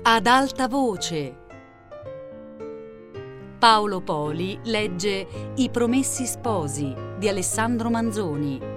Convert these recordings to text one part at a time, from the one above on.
Ad alta voce. Paolo Poli legge I Promessi Sposi di Alessandro Manzoni.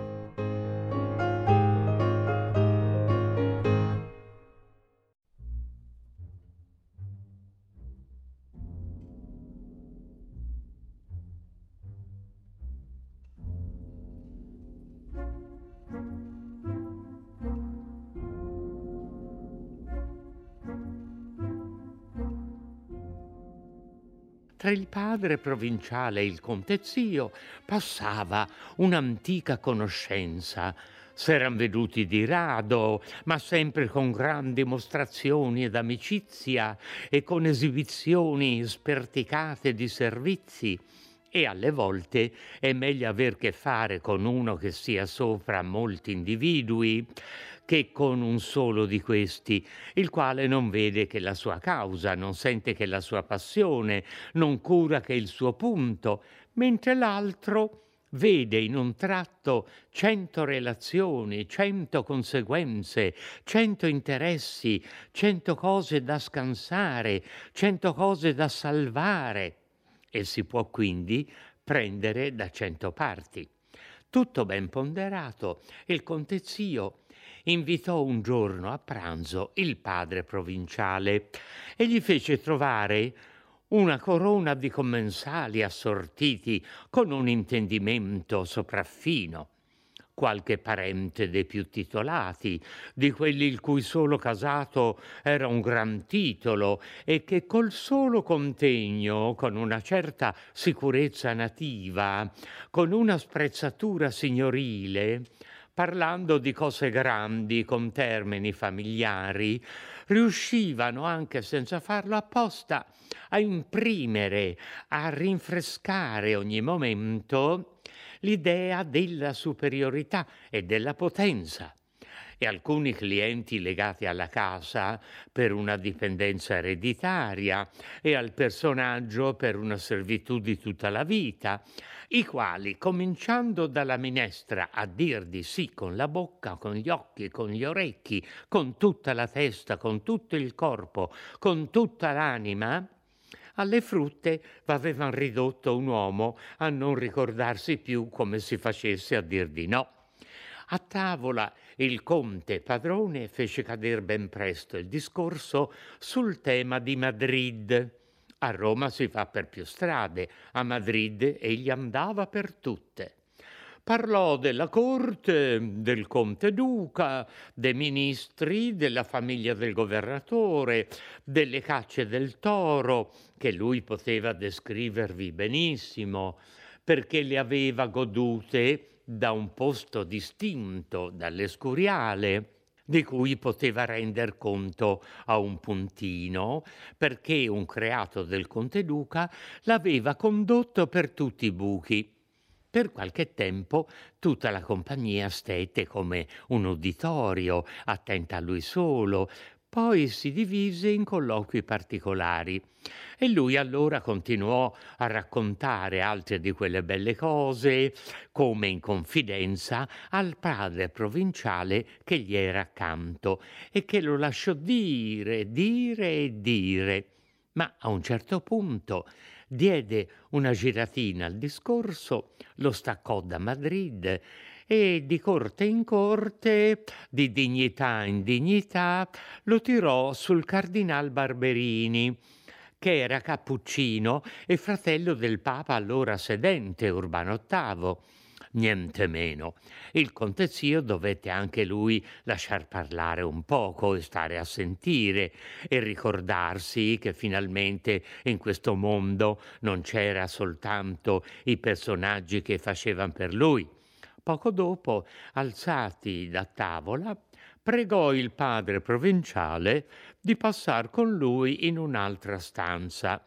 Tra il padre provinciale e il conte zio passava un'antica conoscenza. S'eran veduti di rado, ma sempre con grandi dimostrazioni d'amicizia e con esibizioni sperticate di servizi. E alle volte è meglio aver che fare con uno che sia sopra molti individui che con un solo di questi, il quale non vede che la sua causa, non sente che la sua passione, non cura che il suo punto, mentre l'altro vede in un tratto 100 relazioni, 100 conseguenze, 100 interessi, 100 cose da scansare, 100 cose da salvare, e si può quindi prendere da 100 parti. Tutto ben ponderato, il conte zio invitò un giorno a pranzo il padre provinciale e gli fece trovare una corona di commensali assortiti con un intendimento sopraffino, qualche parente dei più titolati, di quelli il cui solo casato era un gran titolo e che col solo contegno, con una certa sicurezza nativa, con una sprezzatura signorile, parlando di cose grandi con termini familiari, riuscivano, anche senza farlo apposta, a imprimere, a rinfrescare ogni momento l'idea della superiorità e della potenza. E alcuni clienti legati alla casa per una dipendenza ereditaria e al personaggio per una servitù di tutta la vita, i quali, cominciando dalla minestra a dir di sì con la bocca, con gli occhi, con gli orecchi, con tutta la testa, con tutto il corpo, con tutta l'anima, alle frutte v'avevan ridotto un uomo a non ricordarsi più come si facesse a dir di no. A tavola il conte padrone fece cader ben presto il discorso sul tema di Madrid. A Roma si fa per più strade, a Madrid egli andava per tutte. Parlò della corte, del conte duca, dei ministri, della famiglia del governatore, delle cacce del toro, che lui poteva descrivervi benissimo, perché le aveva godute da un posto distinto dall'Escuriale, di cui poteva render conto a un puntino, perché un creato del conte duca l'aveva condotto per tutti i buchi. Per qualche tempo tutta la compagnia stette come un uditorio, attenta a lui solo, poi si divise in colloqui particolari e lui allora continuò a raccontare altre di quelle belle cose, come in confidenza al padre provinciale che gli era accanto e che lo lasciò dire, dire e dire. Ma a un certo punto diede una giratina al discorso, lo staccò da Madrid e di corte in corte, di dignità in dignità, lo tirò sul cardinal Barberini, che era cappuccino e fratello del papa allora sedente Urbano VIII. Niente meno. Il conte zio dovette anche lui lasciar parlare un poco e stare a sentire e ricordarsi che finalmente in questo mondo non c'era soltanto i personaggi che facevano per lui. Poco dopo, alzati da tavola, pregò il padre provinciale di passar con lui in un'altra stanza.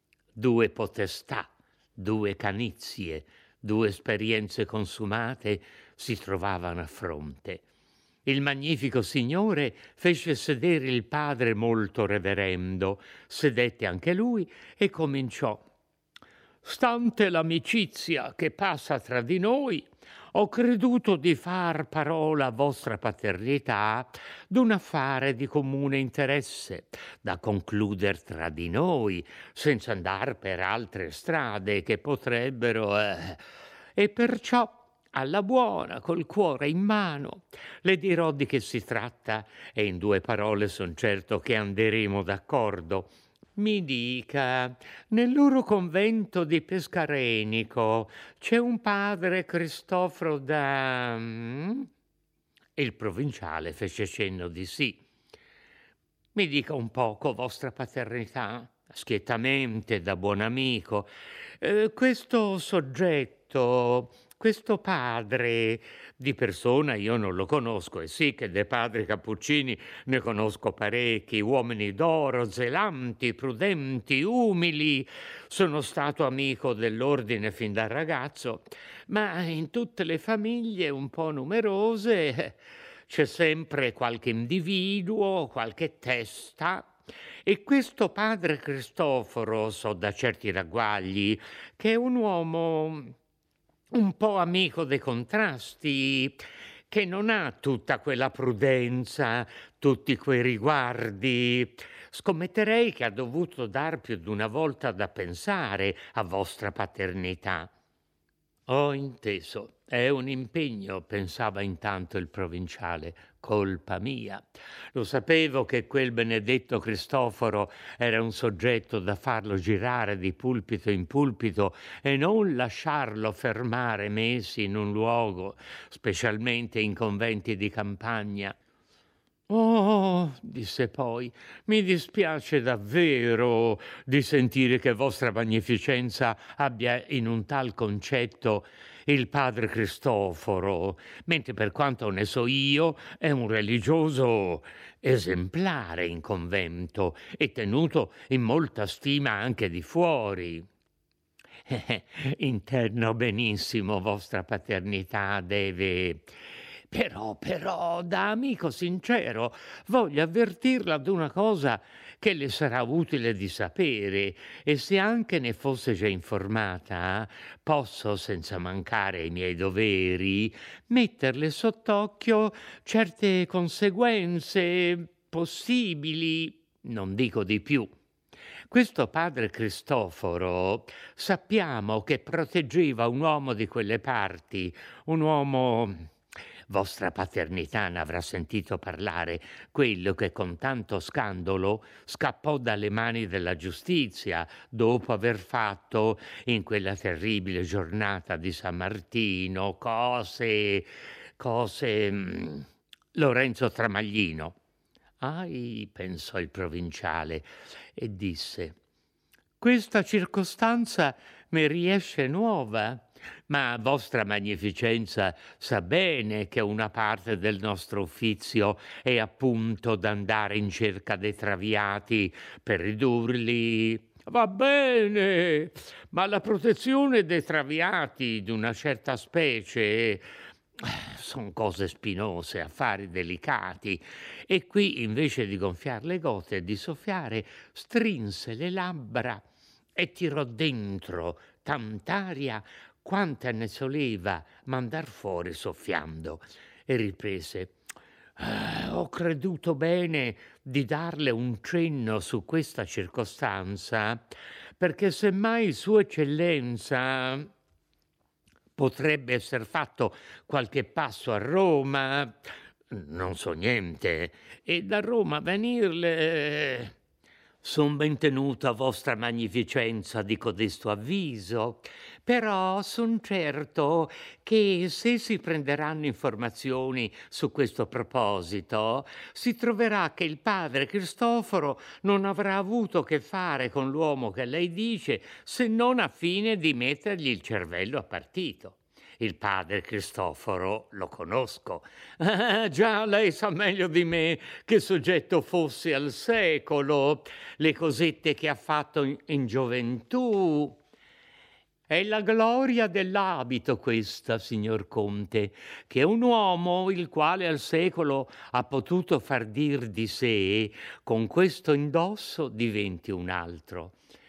2 potestà, 2 canizie, 2 esperienze consumate si trovavano a fronte. Il magnifico signore fece sedere il padre molto reverendo, sedette anche lui e cominciò. Stante l'amicizia che passa tra di noi, ho creduto di far parola a vostra paternità d'un affare di comune interesse, da concluder tra di noi, senza andar per altre strade che potrebbero... E perciò, alla buona, col cuore in mano, le dirò di che si tratta e in 2 parole son certo che anderemo d'accordo. Mi dica, nel loro convento di Pescarenico c'è un padre Cristoforo da... Il provinciale fece cenno di sì. Mi dica un poco, vostra paternità, schietamente, da buon amico, questo soggetto, questo padre, di persona io non lo conosco, e sì che dei padri cappuccini ne conosco parecchi, uomini d'oro, zelanti, prudenti, umili. Sono stato amico dell'ordine fin da ragazzo, ma in tutte le famiglie un po' numerose c'è sempre qualche individuo, qualche testa, e questo padre Cristoforo, so da certi ragguagli, che è un uomo un po' amico dei contrasti, che non ha tutta quella prudenza, tutti quei riguardi. Scommetterei che ha dovuto dar più d'una volta da pensare a vostra paternità. Ho inteso, è un impegno, pensava intanto il provinciale, colpa mia. Lo sapevo che quel benedetto Cristoforo era un soggetto da farlo girare di pulpito in pulpito e non lasciarlo fermare mesi in un luogo, specialmente in conventi di campagna. Oh, disse poi, mi dispiace davvero di sentire che vostra magnificenza abbia in un tal concetto il padre Cristoforo, mentre per quanto ne so io è un religioso esemplare in convento e tenuto in molta stima anche di fuori. Interno benissimo vostra paternità deve... Però, da amico sincero, voglio avvertirla d'una cosa che le sarà utile di sapere, e se anche ne fosse già informata, posso, senza mancare ai miei doveri, metterle sott'occhio certe conseguenze possibili, non dico di più. Questo padre Cristoforo sappiamo che proteggeva un uomo di quelle parti, un uomo... Vostra paternità ne avrà sentito parlare, quello che con tanto scandalo scappò dalle mani della giustizia dopo aver fatto in quella terribile giornata di San Martino cose... Lorenzo Tramaglino. Ahi, pensò il provinciale e disse: questa circostanza mi riesce nuova, ma vostra magnificenza sa bene che una parte del nostro uffizio è appunto d'andare in cerca dei traviati per ridurli. Va bene, ma la protezione dei traviati d'una certa specie son cose spinose, affari delicati. E qui, invece di gonfiar le gote e di soffiare, strinse le labbra e tirò dentro tant'aria quanta ne soleva mandar fuori soffiando, e riprese: ho creduto bene di darle un cenno su questa circostanza, perché se mai Sua Eccellenza potrebbe esser fatto qualche passo a Roma, non so niente, e da Roma venirle... Son ben tenuta vostra magnificenza di codesto avviso, però son certo che se si prenderanno informazioni su questo proposito, si troverà che il padre Cristoforo non avrà avuto che fare con l'uomo che lei dice, se non a fine di mettergli il cervello a partito. Il padre Cristoforo lo conosco. Ah, già, lei sa meglio di me che soggetto fosse al secolo, le cosette che ha fatto in gioventù. È la gloria dell'abito questa, signor Conte, che un uomo il quale al secolo ha potuto far dir di sé, con questo indosso diventi un altro.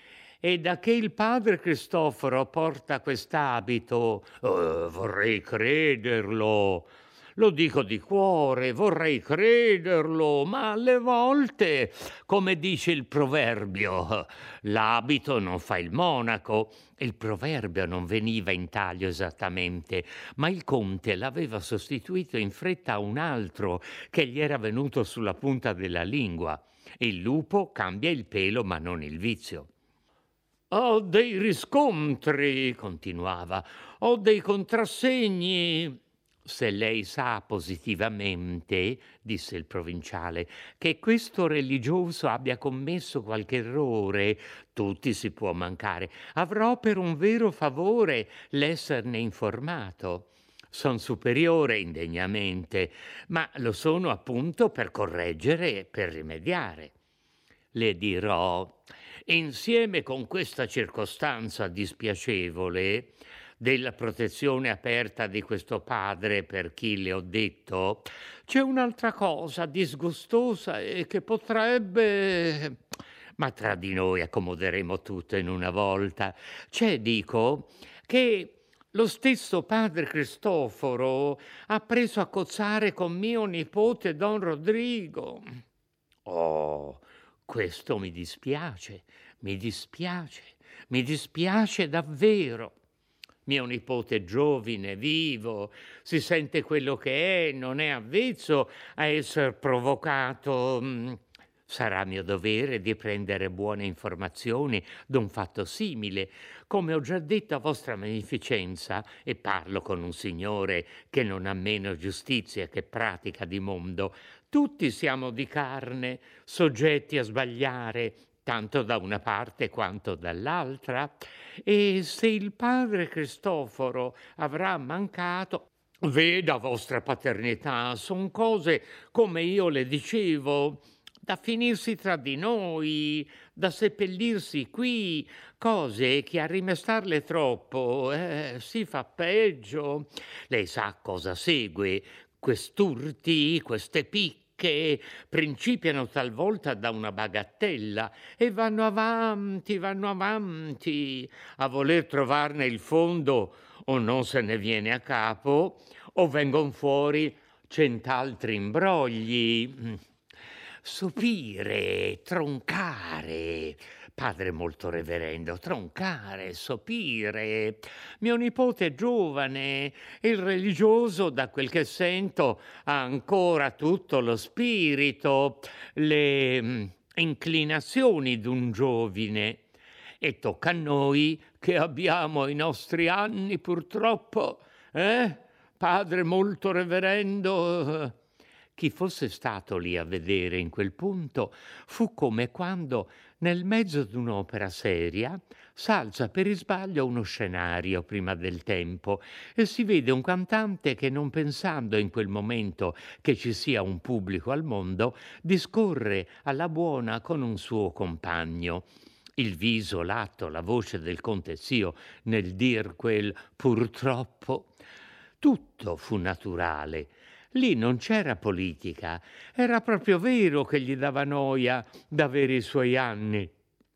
E da che il padre Cristoforo porta quest'abito, vorrei crederlo. Lo dico di cuore, vorrei crederlo, ma alle volte, come dice il proverbio, l'abito non fa il monaco. Il proverbio non veniva in taglio esattamente, ma il conte l'aveva sostituito in fretta a un altro che gli era venuto sulla punta della lingua. Il lupo cambia il pelo, ma non il vizio. Ho dei riscontri, continuava, ho dei contrassegni. Se lei sa positivamente, disse il provinciale, che questo religioso abbia commesso qualche errore, tutti si può mancare, avrò per un vero favore l'esserne informato. Son superiore indegnamente, ma lo sono appunto per correggere e per rimediare. Le dirò, insieme con questa circostanza dispiacevole della protezione aperta di questo padre per chi le ho detto, c'è un'altra cosa disgustosa e che potrebbe... Ma tra di noi accomoderemo tutto in una volta. C'è, dico, che lo stesso padre Cristoforo ha preso a cozzare con mio nipote Don Rodrigo. Oh, questo mi dispiace, mi dispiace, mi dispiace davvero. Mio nipote giovine, vivo, si sente quello che è, non è avvezzo a essere provocato. Sarà mio dovere di prendere buone informazioni d'un fatto simile. Come ho già detto a vostra magnificenza, e parlo con un signore che non ha meno giustizia che pratica di mondo, tutti siamo di carne, soggetti a sbagliare, tanto da una parte quanto dall'altra, e se il padre Cristoforo avrà mancato, veda vostra paternità, son cose, come io le dicevo, da finirsi tra di noi, da seppellirsi qui, cose che a rimestarle troppo si fa peggio. Lei sa cosa segue, quest'urti, queste picche principiano talvolta da una bagattella e vanno avanti, a voler trovarne il fondo o non se ne viene a capo o vengono fuori cent'altri imbrogli. Sopire, troncare, padre molto reverendo, troncare, sopire. Mio nipote è giovane, il religioso, da quel che sento, ha ancora tutto lo spirito, le inclinazioni d'un giovine. E tocca a noi che abbiamo i nostri anni, purtroppo, padre molto reverendo. Chi fosse stato lì a vedere in quel punto fu come quando nel mezzo d'un'opera seria s'alza per isbaglio uno scenario prima del tempo e si vede un cantante che, non pensando in quel momento che ci sia un pubblico al mondo, discorre alla buona con un suo compagno. Il viso, l'atto, la voce del conte zio nel dir quel purtroppo, tutto fu naturale. Lì non c'era politica, era proprio vero che gli dava noia d'avere i suoi anni.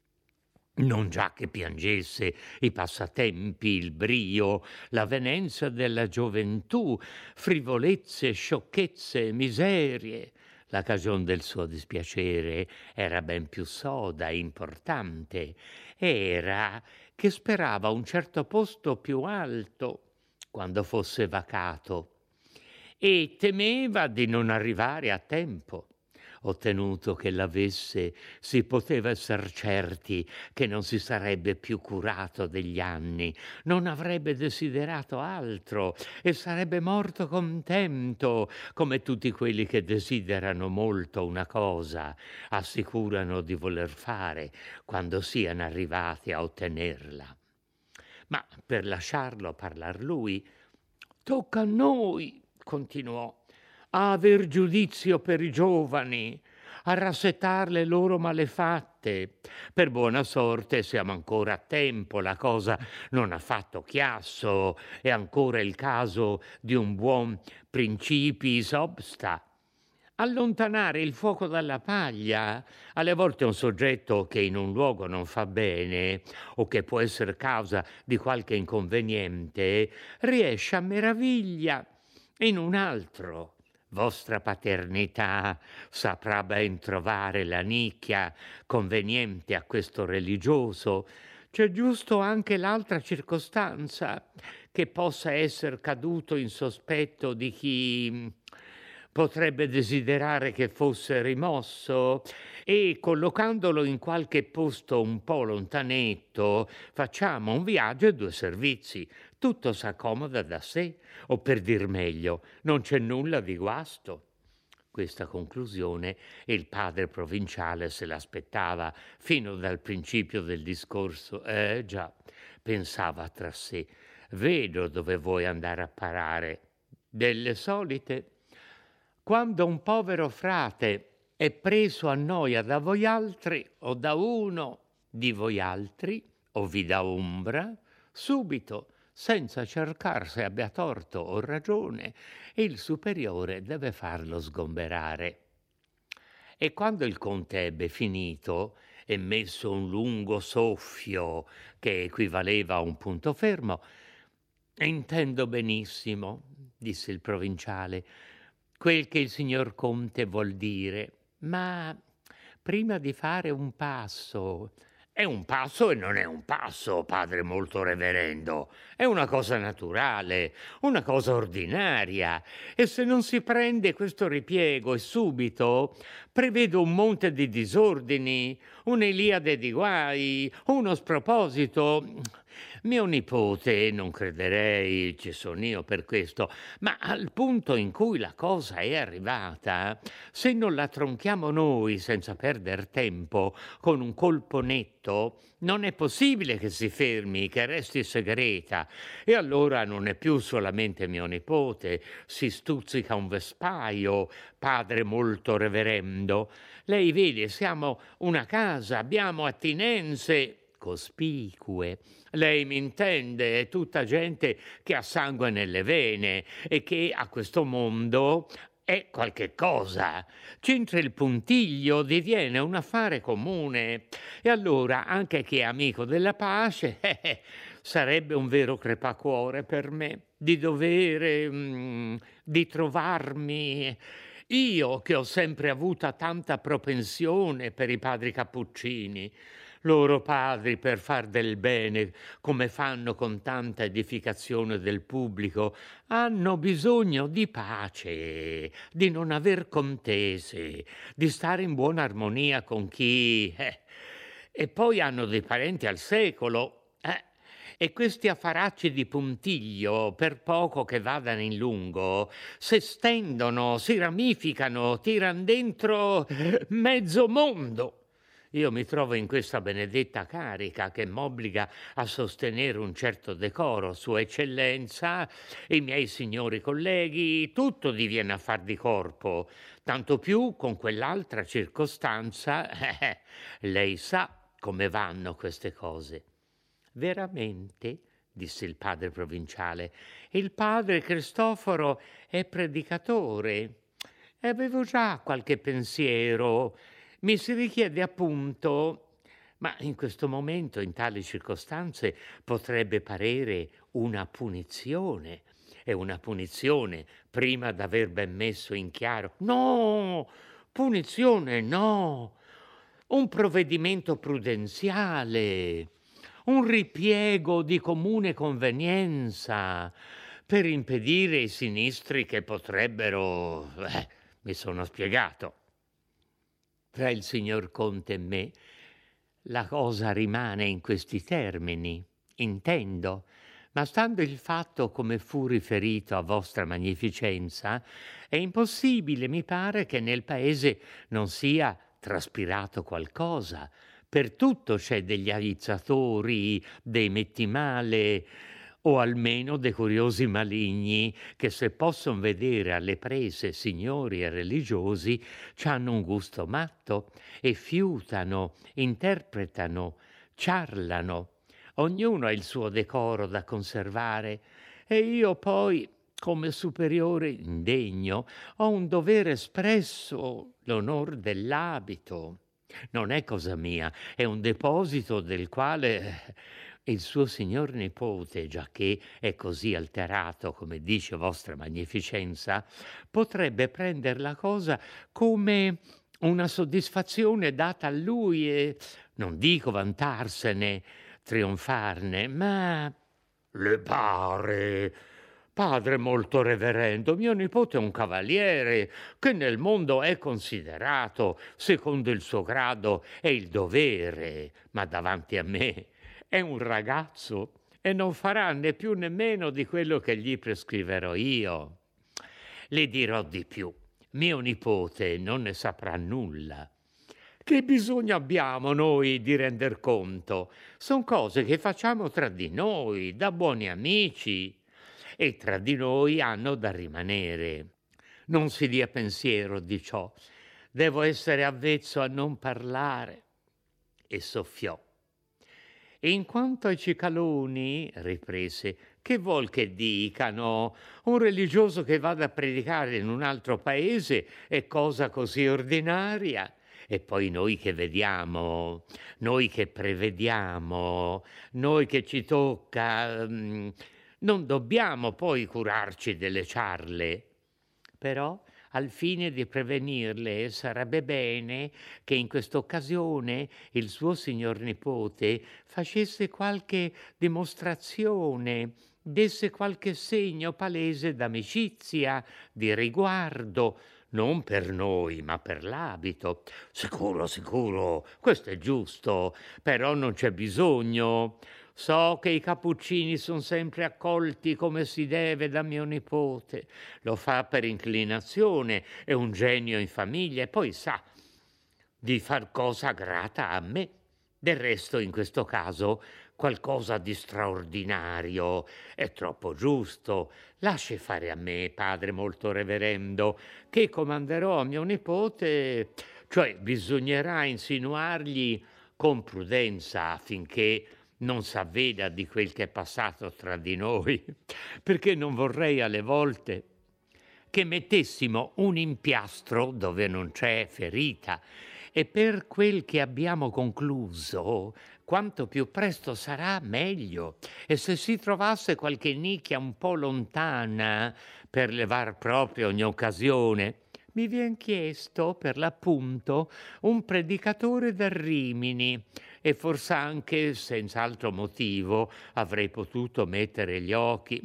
Non già che piangesse i passatempi, il brio, l'avvenenza della gioventù, frivolezze, sciocchezze, miserie. La cagion del suo dispiacere era ben più soda e importante. Era che sperava un certo posto più alto quando fosse vacato e temeva di non arrivare a tempo. Ottenuto che l'avesse, si poteva esser certi che non si sarebbe più curato degli anni, non avrebbe desiderato altro e sarebbe morto contento, come tutti quelli che desiderano molto una cosa, assicurano di voler fare quando siano arrivati a ottenerla. Ma per lasciarlo parlar lui, tocca a noi, continuò, a aver giudizio per i giovani, a rassetar le loro malefatte. Per buona sorte siamo ancora a tempo, la cosa non ha fatto chiasso, è ancora il caso di un buon principis obsta. allontanare il fuoco dalla paglia. Alle volte un soggetto che in un luogo non fa bene o che può essere causa di qualche inconveniente riesce a meraviglia in un altro. Vostra paternità saprà ben trovare la nicchia conveniente a questo religioso. C'è giusto anche l'altra circostanza, che possa essere caduto in sospetto di chi potrebbe desiderare che fosse rimosso, e collocandolo in qualche posto un po' lontanetto facciamo un viaggio e 2 servizi. Tutto s'accomoda da sé, o per dir meglio, non c'è nulla di guasto. Questa conclusione il padre provinciale se l'aspettava fino dal principio del discorso. Già, pensava tra sé, vedo dove vuoi andare a parare. Delle solite. Quando un povero frate è preso a noia da voi altri o da uno di voi altri o vi dà ombra, subito, senza cercar se abbia torto o ragione, il superiore deve farlo sgomberare. E quando il conte ebbe finito e messo un lungo soffio che equivaleva a un punto fermo, intendo benissimo, disse il provinciale, quel che il signor conte vuol dire, ma prima di fare un passo. È un passo e non è un passo, padre molto reverendo. È una cosa naturale, una cosa ordinaria. E se non si prende questo ripiego e subito, prevedo un monte di disordini, un'Iliade di guai, uno sproposito. Mio nipote, non crederei, ci sono io per questo, ma al punto in cui la cosa è arrivata, se non la tronchiamo noi senza perder tempo con un colpo netto, non è possibile che si fermi, che resti segreta. E allora non è più solamente mio nipote, si stuzzica un vespaio, padre molto reverendo. Lei vede, siamo una casa, abbiamo attinenze cospicue. Lei mi intende, è tutta gente che ha sangue nelle vene e che a questo mondo è qualche cosa. C'entra il puntiglio, diviene un affare comune. E allora, anche chi è amico della pace, sarebbe un vero crepacuore per me di dovere, di trovarmi. Io che ho sempre avuta tanta propensione per i padri cappuccini, loro padri per far del bene, come fanno con tanta edificazione del pubblico, hanno bisogno di pace, di non aver contese, di stare in buona armonia con chi. E poi hanno dei parenti al secolo. E questi affaracci di puntiglio, per poco che vadano in lungo, si stendono, si ramificano, tiran dentro mezzo mondo. Io mi trovo in questa benedetta carica che m'obbliga a sostenere un certo decoro, Sua Eccellenza, i miei signori colleghi, tutto diviene affar di corpo, tanto più con quell'altra circostanza, lei sa come vanno queste cose. Veramente, disse il padre provinciale, il padre Cristoforo è predicatore. E avevo già qualche pensiero. Mi si richiede appunto, ma in questo momento, in tali circostanze, potrebbe parere una punizione. È una punizione prima d'aver ben messo in chiaro. No, punizione no. Un provvedimento prudenziale, un ripiego di comune convenienza per impedire i sinistri che potrebbero. Mi sono spiegato. Tra il signor Conte e me la cosa rimane in questi termini, intendo, ma stando il fatto come fu riferito a vostra magnificenza, è impossibile, mi pare, che nel paese non sia traspirato qualcosa. Per tutto c'è degli aizzatori, dei mettimale, o almeno dei curiosi maligni che, se posson vedere alle prese signori e religiosi, c'hanno un gusto matto e fiutano, interpretano, ciarlano. Ognuno ha il suo decoro da conservare e io poi come superiore indegno ho un dovere espresso, l'onor dell'abito. Non è cosa mia, è un deposito del quale il suo signor nipote, giacché è così alterato, come dice vostra magnificenza, potrebbe prender la cosa come una soddisfazione data a lui e non dico vantarsene, trionfarne, ma le pare, padre molto reverendo, mio nipote è un cavaliere che nel mondo è considerato secondo il suo grado e il dovere, ma davanti a me è un ragazzo e non farà né più né meno di quello che gli prescriverò io. Le dirò di più, mio nipote non ne saprà nulla. Che bisogno abbiamo noi di render conto? Son cose che facciamo tra di noi, da buoni amici, e tra di noi hanno da rimanere. Non si dia pensiero di ciò. Devo essere avvezzo a non parlare. E soffiò. E in quanto ai cicaloni, riprese, che vuol che dicano? Un religioso che vada a predicare in un altro paese è cosa così ordinaria. E poi noi che vediamo, noi che prevediamo, noi che ci tocca, non dobbiamo poi curarci delle ciarle. Però, al fine di prevenirle, sarebbe bene che in quest'occasione il suo signor nipote facesse qualche dimostrazione, desse qualche segno palese d'amicizia, di riguardo, non per noi, ma per l'abito. Sicuro, sicuro, questo è giusto, però non c'è bisogno. So che i cappuccini son sempre accolti come si deve da mio nipote. Lo fa per inclinazione, è un genio in famiglia e poi sa di far cosa grata a me. Del resto, in questo caso, qualcosa di straordinario è troppo giusto. Lasci fare a me, padre molto reverendo, che comanderò a mio nipote, cioè bisognerà insinuargli con prudenza affinché non s'avveda di quel che è passato tra di noi, perché non vorrei alle volte che mettessimo un impiastro dove non c'è ferita e per quel che abbiamo concluso, quanto più presto sarà meglio. E se si trovasse qualche nicchia un po' lontana per levar proprio ogni occasione, mi vien chiesto per l'appunto un predicatore da Rimini e fors'anche, senz'altro motivo, avrei potuto mettere gli occhi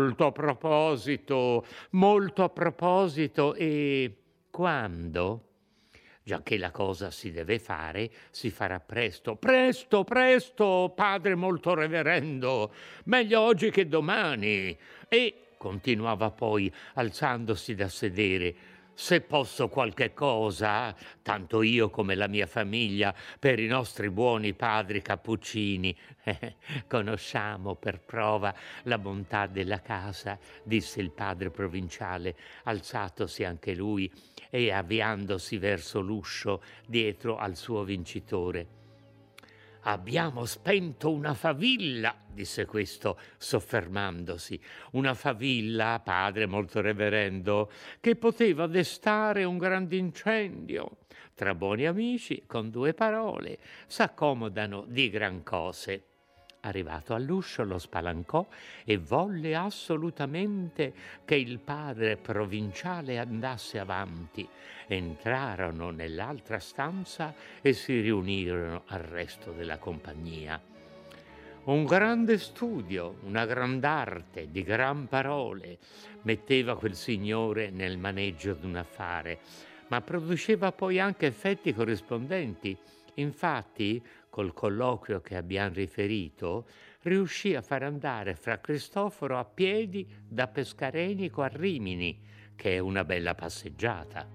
molto a proposito e quando? Giacché la cosa si deve fare, si farà presto. Presto, presto, padre molto reverendo, meglio oggi che domani. E continuava poi, alzandosi da sedere, se posso qualche cosa, tanto io come la mia famiglia, per i nostri buoni padri cappuccini, conosciamo per prova la bontà della casa, disse il padre provinciale, alzatosi anche lui e avviandosi verso l'uscio dietro al suo vincitore. Abbiamo spento una favilla, disse questo soffermandosi, una favilla, padre molto reverendo, che poteva destare un grande incendio. Tra buoni amici, con due parole, s'accomodano di gran cose. Arrivato all'uscio lo spalancò e volle assolutamente che il padre provinciale andasse avanti. Entrarono nell'altra stanza e si riunirono al resto della compagnia. Un grande studio, una grand'arte, di gran parole metteva quel signore nel maneggio d'un affare, ma produceva poi anche effetti corrispondenti. Infatti, col colloquio che abbiamo riferito, riuscì a far andare fra Cristoforo a piedi da Pescarenico a Rimini, che è una bella passeggiata.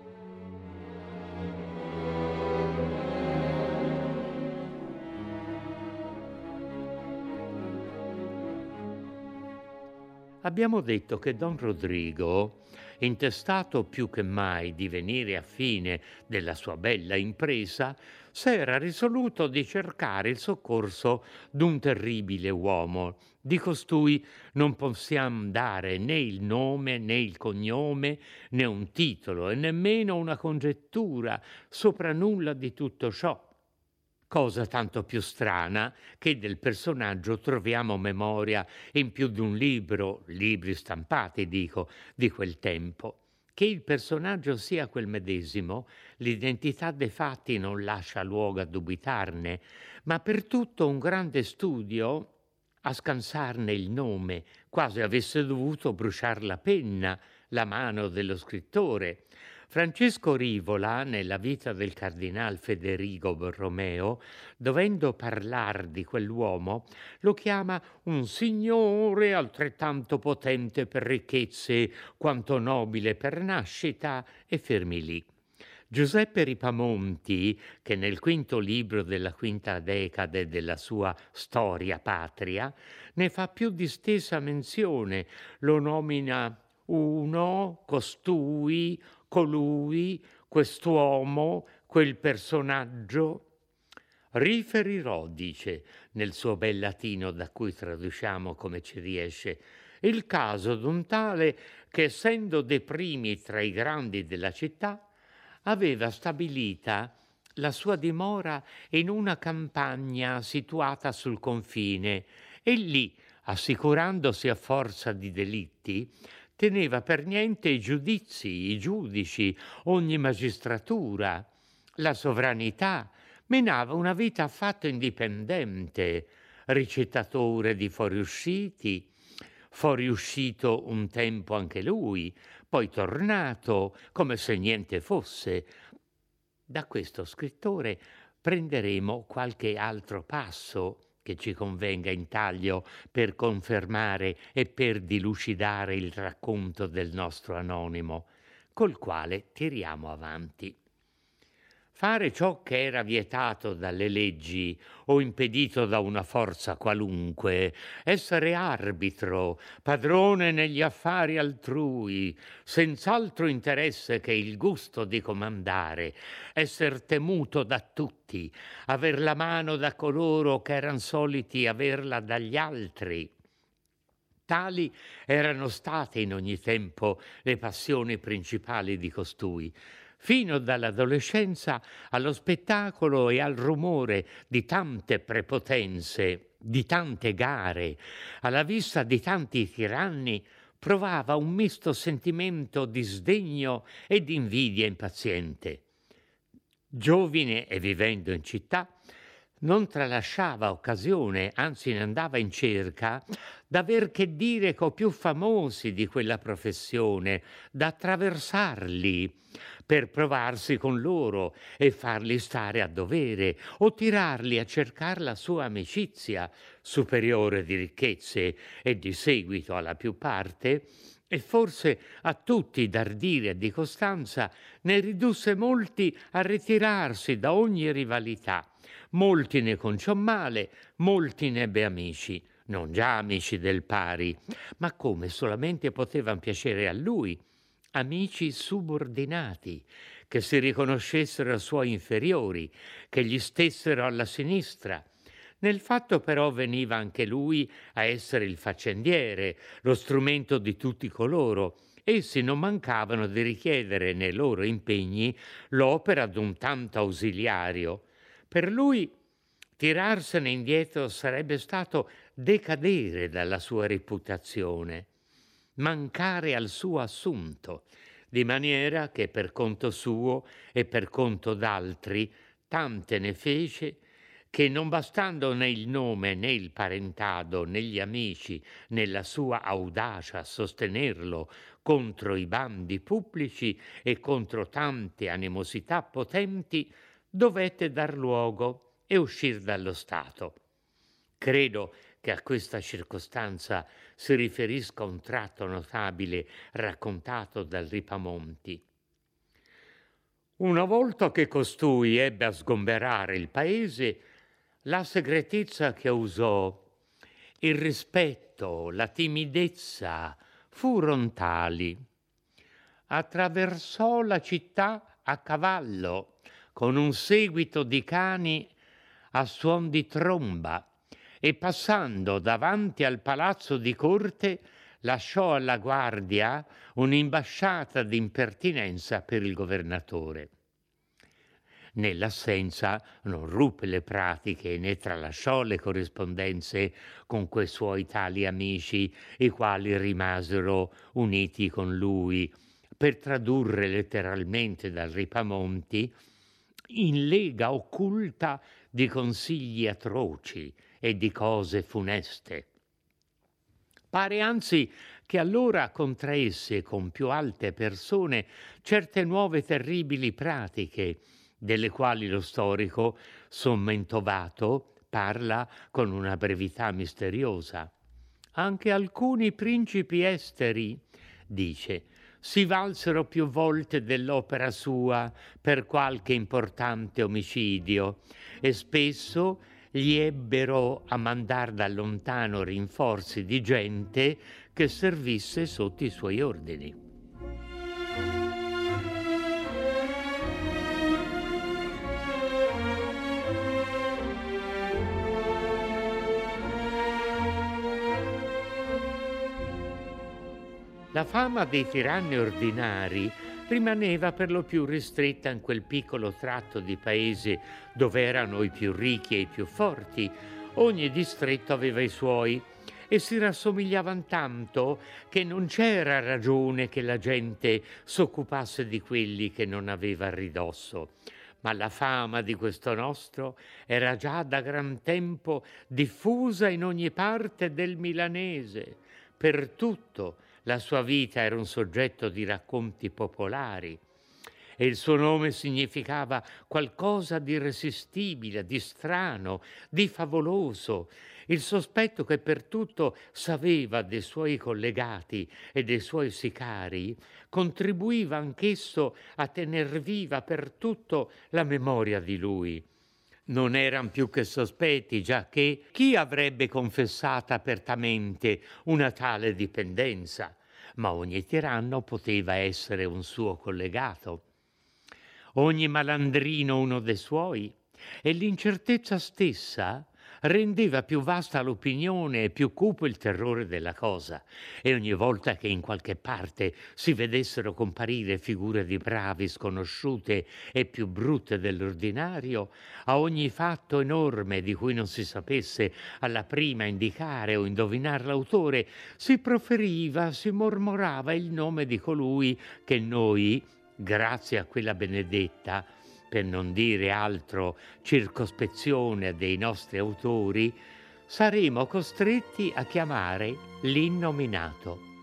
Abbiamo detto che Don Rodrigo, intestato più che mai di venire a fine della sua bella impresa, s'era risoluto di cercare il soccorso d'un terribile uomo, Di costui non possiam dare né il nome, né il cognome, né un titolo e nemmeno una congettura sopra nulla di tutto ciò. Cosa tanto più strana che del personaggio troviamo memoria in più d'un libro, libri stampati dico, di quel tempo. Che il personaggio sia quel medesimo, l'identità dei fatti non lascia luogo a dubitarne, ma per tutto un grande studio a scansarne il nome, quasi avesse dovuto bruciar la penna, la mano dello scrittore. Francesco Rivola, nella vita del cardinal Federico Borromeo, dovendo parlar di quell'uomo, lo chiama un signore altrettanto potente per ricchezze quanto nobile per nascita, e fermi lì. Giuseppe Ripamonti, che nel quinto libro della quinta decade della sua Storia Patria ne fa più distesa menzione, lo nomina uno, costui, colui, quest'uomo, quel personaggio. Riferirò, dice nel suo bel latino, da cui traduciamo come ci riesce, il caso d'un tale che, essendo dei primi tra i grandi della città, aveva stabilita la sua dimora in una campagna situata sul confine e lì, assicurandosi a forza di delitti, teneva per niente i giudizi, i giudici, ogni magistratura, la sovranità, menava una vita affatto indipendente, ricettatore di fuoriuscito un tempo anche lui, poi tornato come se niente fosse. Da questo scrittore prenderemo qualche altro passo che ci convenga in taglio per confermare e per dilucidare il racconto del nostro anonimo, col quale tiriamo avanti. Fare ciò che era vietato dalle leggi o impedito da una forza qualunque, essere arbitro, padrone negli affari altrui, senz'altro interesse che il gusto di comandare, esser temuto da tutti, aver la mano da coloro che eran soliti averla dagli altri. Tali erano state in ogni tempo le passioni principali di costui, fino dall'adolescenza allo spettacolo e al rumore di tante prepotenze, di tante gare, alla vista di tanti tiranni, provava un misto sentimento di sdegno e di invidia impaziente. Giovine e vivendo in città, non tralasciava occasione, anzi ne andava in cerca, d'aver che dire co' più famosi di quella professione, da attraversarli per provarsi con loro e farli stare a dovere o tirarli a cercar la sua amicizia, superiore di ricchezze e di seguito alla più parte, e forse a tutti d'ardire e di costanza ne ridusse molti a ritirarsi da ogni rivalità. Molti ne conciò male, molti ne ebbe amici, non già amici del pari, ma come solamente potevan piacere a lui, amici subordinati, che si riconoscessero suoi inferiori, che gli stessero alla sinistra. Nel fatto però veniva anche lui a essere il faccendiere, lo strumento di tutti coloro. Essi non mancavano di richiedere nei loro impegni l'opera d'un tanto ausiliario. Per lui tirarsene indietro sarebbe stato decadere dalla sua reputazione, mancare al suo assunto, di maniera che per conto suo e per conto d'altri tante ne fece che, non bastando né il nome né il parentado né gli amici né la sua audacia a sostenerlo contro i bandi pubblici e contro tante animosità potenti, dovette dar luogo e uscir dallo Stato. Credo che a questa circostanza si riferisca un tratto notabile raccontato dal Ripamonti. Una volta che costui ebbe a sgomberare il paese, la segretezza che usò, il rispetto, la timidezza furon tali. Attraversò la città a cavallo, con un seguito di cani a suon di tromba, e passando davanti al palazzo di corte lasciò alla guardia un'imbasciata di impertinenza per il governatore. Nell'assenza non ruppe le pratiche né tralasciò le corrispondenze con quei suoi tali amici, i quali rimasero uniti con lui, per tradurre letteralmente dal Ripamonti in lega occulta di consigli atroci e di cose funeste. Pare anzi che allora contraesse con più alte persone certe nuove terribili pratiche, delle quali lo storico, sommentovato, parla con una brevità misteriosa. Anche alcuni principi esteri, dice, si valsero più volte dell'opera sua per qualche importante omicidio e spesso gli ebbero a mandar da lontano rinforzi di gente che servisse sotto i suoi ordini. La fama dei tiranni ordinari rimaneva per lo più ristretta in quel piccolo tratto di paese dove erano i più ricchi e i più forti. Ogni distretto aveva i suoi e si rassomigliavano tanto che non c'era ragione che la gente s'occupasse di quelli che non aveva a ridosso. Ma la fama di questo nostro era già da gran tempo diffusa in ogni parte del milanese. Per tutto la sua vita era un soggetto di racconti popolari e il suo nome significava qualcosa di irresistibile, di strano, di favoloso. Il sospetto che per tutto sapeva dei suoi collegati e dei suoi sicari contribuiva anch'esso a tener viva per tutto la memoria di lui. Non eran più che sospetti, giacché chi avrebbe confessato apertamente una tale dipendenza? Ma ogni tiranno poteva essere un suo collegato, ogni malandrino uno dei suoi, e l'incertezza stessa rendeva più vasta l'opinione e più cupo il terrore della cosa, e ogni volta che in qualche parte si vedessero comparire figure di bravi sconosciute e più brutte dell'ordinario, a ogni fatto enorme di cui non si sapesse alla prima indicare o indovinar l'autore, si proferiva, si mormorava il nome di colui che noi, grazie a quella benedetta, per non dire altro circospezione dei nostri autori, saremo costretti a chiamare l'innominato.